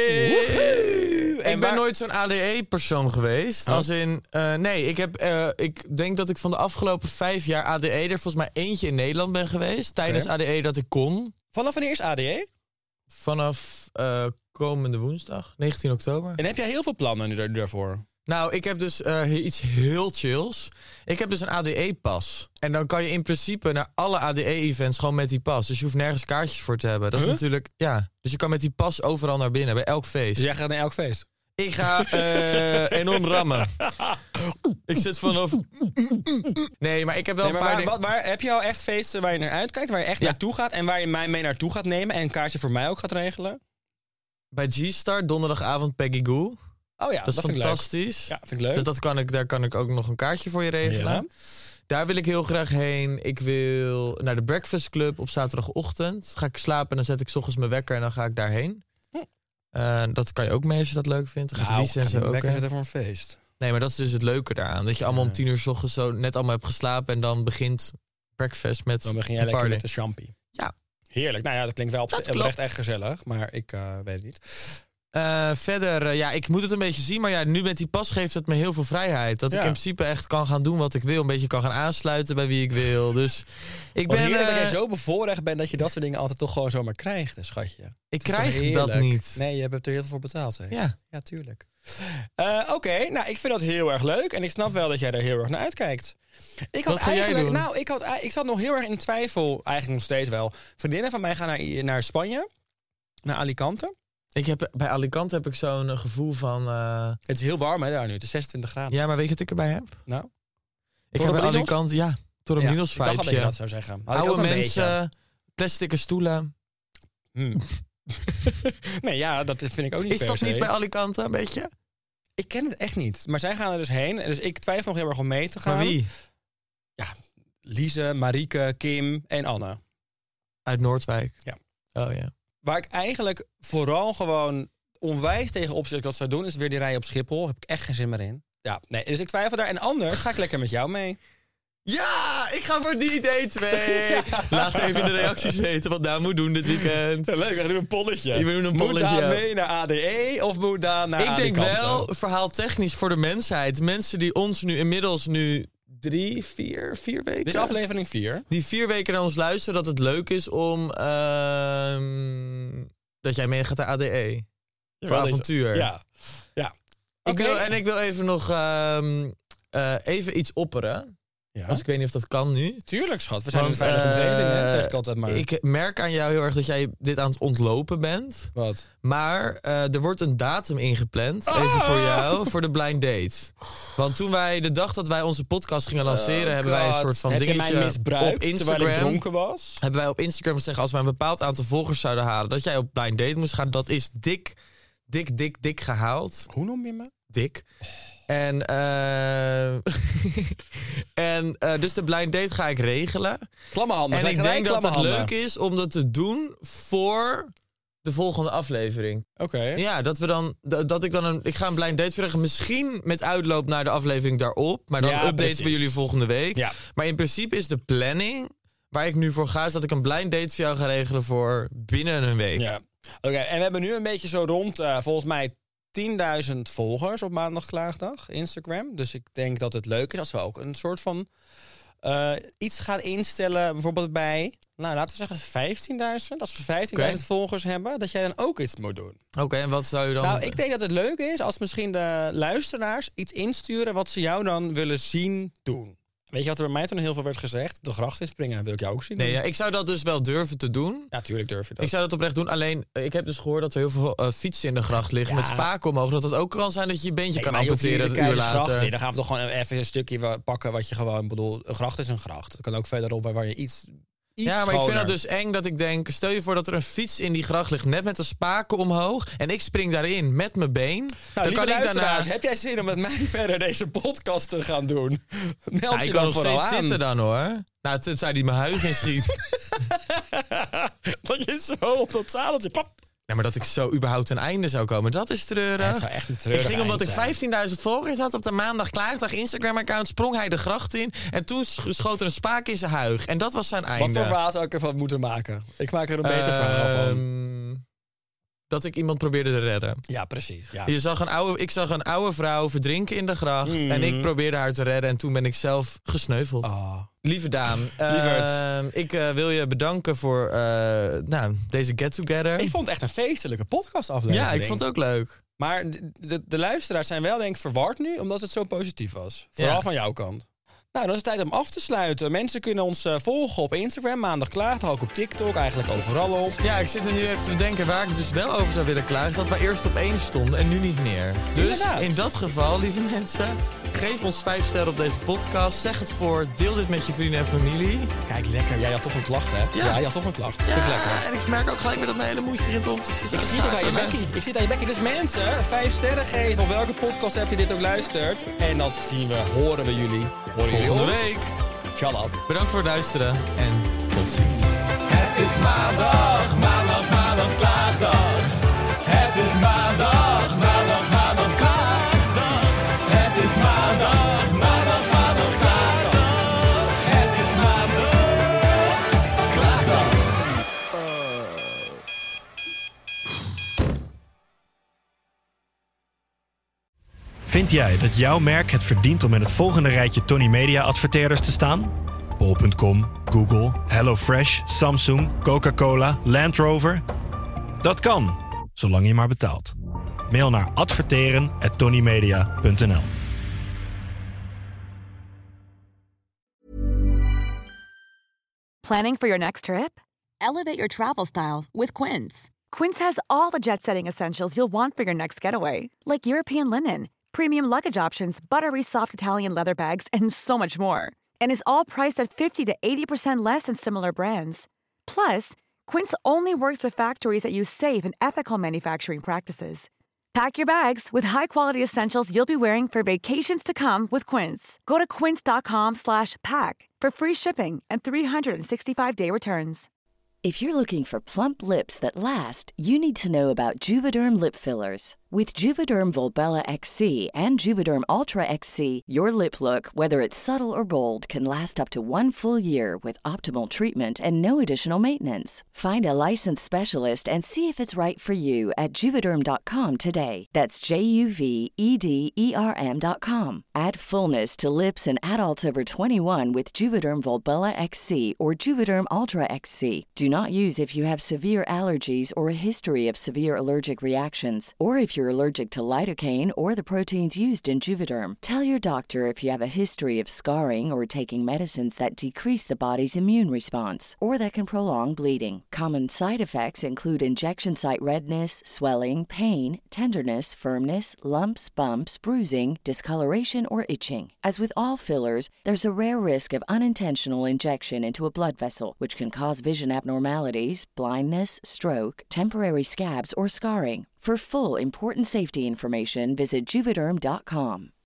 Ik ben nooit zo'n ADE-persoon geweest. Oh. Als in, nee, ik denk dat ik van de afgelopen 5 jaar ADE er volgens mij eentje in Nederland ben geweest. Tijdens ADE dat ik kon. Vanaf wanneer is ADE? Vanaf komende woensdag, 19 oktober. En heb jij heel veel plannen nu daarvoor? Nou, ik heb dus iets heel chills. Ik heb dus een ADE-pas. En dan kan je in principe naar alle ADE-events gewoon met die pas. Dus je hoeft nergens kaartjes voor te hebben. Dat is natuurlijk, ja. Dus je kan met die pas overal naar binnen, bij elk feest. Dus jij gaat naar elk feest? Ik ga enorm rammen. Ik zit vanaf... Nee, maar ik heb wel een paar dingen... Waar heb je al echt feesten waar je naar uitkijkt? Waar je echt naartoe gaat en waar je mij mee naartoe gaat nemen en een kaartje voor mij ook gaat regelen? Bij G-Star, donderdagavond Peggy Goo. Oh ja, dat is fantastisch. Leuk. Ja, vind ik leuk. Dus daar kan ik ook nog een kaartje voor je regelen. Ja. Daar wil ik heel graag heen. Ik wil naar de Breakfast Club op zaterdagochtend. Ga ik slapen en dan zet ik 's ochtends mijn wekker en dan ga ik daarheen. Dat kan je ook mee als je dat leuk vindt. Dan gaat Lisa en zo ook. Wekker zetten voor een feest. Nee, maar dat is dus het leuke daaraan. Dat je allemaal om 10 uur 's ochtends zo net allemaal hebt geslapen en dan begint breakfast met. Dan begin jij lekker met de champie. Ja. Heerlijk. Nou ja, dat klinkt wel oprecht echt gezellig, maar ik weet het niet. Verder, ik moet het een beetje zien. Maar ja, nu met die pas geeft het me heel veel vrijheid. Dat ik in principe echt kan gaan doen wat ik wil. Een beetje kan gaan aansluiten bij wie ik wil. Dus ik ben... Heerlijk dat jij zo bevoorrecht bent dat je dat soort dingen altijd toch gewoon zomaar krijgt, hè, schatje. Ik krijg dat niet. Nee, je hebt er heel veel voor betaald, zeg. Ja, tuurlijk. Oké, nou, ik vind dat heel erg leuk. En ik snap wel dat jij er heel erg naar uitkijkt. Wat ga jij doen? Nou, ik zat nog heel erg in twijfel. Eigenlijk nog steeds wel. Vriendinnen van mij gaan naar Spanje. Naar Alicante. Bij Alicante heb ik zo'n gevoel van... Het is heel warm hè, daar nu. Het is 26 graden. Ja, maar weet je wat ik erbij heb? Nou? Ik heb bij Alicante, Torremolinos vibeje. Ik dacht dat je dat zou zeggen. Oude mensen, plastic stoelen. Nee, dat vind ik ook niet Is dat niet bij Alicante een beetje? Ik ken het echt niet. Maar zij gaan er dus heen. Dus ik twijfel nog heel erg om mee te gaan. Maar wie? Ja, Lise, Marieke, Kim en Anne. Uit Noordwijk? Ja. Oh ja. Waar ik eigenlijk vooral gewoon onwijs tegen opzet dat ik dat zou doen, is weer die rij op Schiphol. Daar heb ik echt geen zin meer in. Ja, nee, dus ik twijfel daar. En anders ga ik lekker met jou mee. Ja, ik ga voor die date mee. Ja. Laat even in de reacties weten wat Daan moet doen dit weekend. Ja, leuk, we gaan doen een polletje. Moet Daan mee naar ADE of moet Daan naar Alicante? Ik denk wel, verhaal technisch voor de mensheid. Mensen die ons nu inmiddels 3, 4 weken... Dit is aflevering 4. Die 4 weken naar ons luisteren, dat het leuk is om... dat jij mee gaat naar ADE. Voor avontuur. Ja. Ik wil even nog even iets opperen. Ja. Dus ik weet niet of dat kan nu. Tuurlijk, schat. We zijn in een veilige omgeving, zeg ik altijd maar. Ik merk aan jou heel erg dat jij dit aan het ontlopen bent. Wat? Maar er wordt een datum ingepland, even voor jou, voor de blind date. Want toen de dag dat wij onze podcast gingen lanceren, hebben wij een soort van dingetje op Instagram. Terwijl ik dronken was? Hebben wij op Instagram gezegd, als wij een bepaald aantal volgers zouden halen, dat jij op blind date moest gaan. Dat is dik gehaald. Hoe noem je me? Dik. Dus de blind date ga ik regelen. Klamme handen. En ik denk dat het handen. leuk is om dat te doen voor de volgende aflevering. Oké. Ja, ik ga een blind date verleggen. Misschien met uitloop naar de aflevering daarop. Maar dan updaten precies. we jullie volgende week. Ja. Maar in principe is de planning waar ik nu voor ga, is dat ik een blind date voor jou ga regelen voor binnen een week. Ja. Oké, en we hebben nu een beetje zo rond, volgens mij 10.000 volgers op Maandag Klaagdag, Instagram. Dus ik denk dat het leuk is als we ook een soort van iets gaan instellen. Bijvoorbeeld bij, laten we zeggen 15.000. Als we 15.000 volgers hebben, dat jij dan ook iets moet doen. Oké, en wat zou je dan... Nou, ik denk dat het leuk is als misschien de luisteraars iets insturen wat ze jou dan willen zien doen. Weet je wat er bij mij toen heel veel werd gezegd? De gracht inspringen wil ik jou ook zien doen. Nee, ik zou dat dus wel durven te doen. Ja, tuurlijk durf je dat. Ik zou dat oprecht doen. Alleen, ik heb dus gehoord dat er heel veel fietsen in de gracht liggen met spaken omhoog. Dat het ook kan zijn dat je je beentje kan amputeren een uur later. Dan gaan we toch gewoon even een stukje pakken wat je gewoon bedoelt. Een gracht is een gracht. Dat kan ook verderop waar je iets ja, maar ik vind dat dus eng dat ik denk... Stel je voor dat er een fiets in die gracht ligt net met de spaken omhoog... en ik spring daarin met mijn been. Dan kan ik daarna... Heb jij zin om met mij verder deze podcast te gaan doen? Meld je kan dan nog vooral steeds aan. zitten dan, hoor. Nou, tenzij die mijn huig inschiet. Dat je zo op dat zadeltje... Pap. Ja, maar dat ik zo überhaupt ten einde zou komen, dat is treurig. Het zou echt een treurig ik ging omdat eind ik 15.000 volgers had op de Maandag Klaagdag Instagram-account... sprong hij de gracht in en toen schoot er een spaak in zijn huig. En dat was zijn einde. Wat voor verhaal zou ik ervan moeten maken? Ik maak er een beter verhaal van. Dat ik iemand probeerde te redden. Ja, precies. Ja. Ik zag een oude vrouw verdrinken in de gracht... en ik probeerde haar te redden en toen ben ik zelf gesneuveld. Oh. Lieve Daan, ik wil je bedanken voor deze get-together. Ik vond het echt een feestelijke podcastaflevering. Ja, ik vond het ook leuk. Maar de luisteraars zijn wel denk ik verward nu, omdat het zo positief was. Vooral van jouw kant. Nou, dan is het tijd om af te sluiten. Mensen kunnen ons volgen op Instagram, Maandag Klaagdag, ook op TikTok, eigenlijk overal op. Ja, ik zit er nu even te denken waar ik dus wel over zou willen klagen. Is dat we eerst op 1 stonden en nu niet meer. Dus Inderdaad. In dat geval, lieve mensen, geef ons 5 sterren op deze podcast. Zeg het voor, deel dit met je vrienden en familie. Kijk, lekker. Jij had toch een klacht, hè? Ja, je had toch een klacht. Vind ik lekker. En ik merk ook gelijk weer dat mijn hele moedje begint om te Ik zie het ook aan je bekkie. Ik zie het aan je bekkie. Dus mensen, 5 sterren geven. Op welke podcast heb je dit ook luisterd? En dan horen we jullie. Volgende week. Tjallas. Bedankt voor het luisteren en tot ziens. Het is maandag, maandag, maandag, klaagdag. Het is maandag, maandag, maandag, klaagdag. Het is maandag, maandag, maandag, klaagdag. Het is maandag, klaagdag. Vind jij dat jouw merk het verdient om in het volgende rijtje Tony Media adverteerders te staan? Bol.com, Google, HelloFresh, Samsung, Coca-Cola, Land Rover? Dat kan, zolang je maar betaalt. Mail naar adverteren@tonymedia.nl. Planning for your next trip? Elevate your travel style with Quince. Quince has all the jet-setting essentials you'll want for your next getaway, like European linen, premium luggage options, buttery soft Italian leather bags, and so much more. And is all priced at 50 to 80% less than similar brands. Plus, Quince only works with factories that use safe and ethical manufacturing practices. Pack your bags with high-quality essentials you'll be wearing for vacations to come with Quince. Go to quince.com/pack for free shipping and 365-day returns. If you're looking for plump lips that last, you need to know about Juvederm lip fillers. With Juvederm Volbella XC and Juvederm Ultra XC, your lip look, whether it's subtle or bold, can last up to 1 full year with optimal treatment and no additional maintenance. Find a licensed specialist and see if it's right for you at Juvederm.com today. That's JUVEDERM.com. Add fullness to lips in adults over 21 with Juvederm Volbella XC or Juvederm Ultra XC. Do not use if you have severe allergies or a history of severe allergic reactions, or if you're allergic to lidocaine or the proteins used in Juvederm. Tell your doctor if you have a history of scarring or taking medicines that decrease the body's immune response or that can prolong bleeding. Common side effects include injection site redness, swelling, pain, tenderness, firmness, lumps, bumps, bruising, discoloration, or itching. As with all fillers, there's a rare risk of unintentional injection into a blood vessel, which can cause vision abnormalities, blindness, stroke, temporary scabs, or scarring. For full, important safety information, visit Juvederm.com.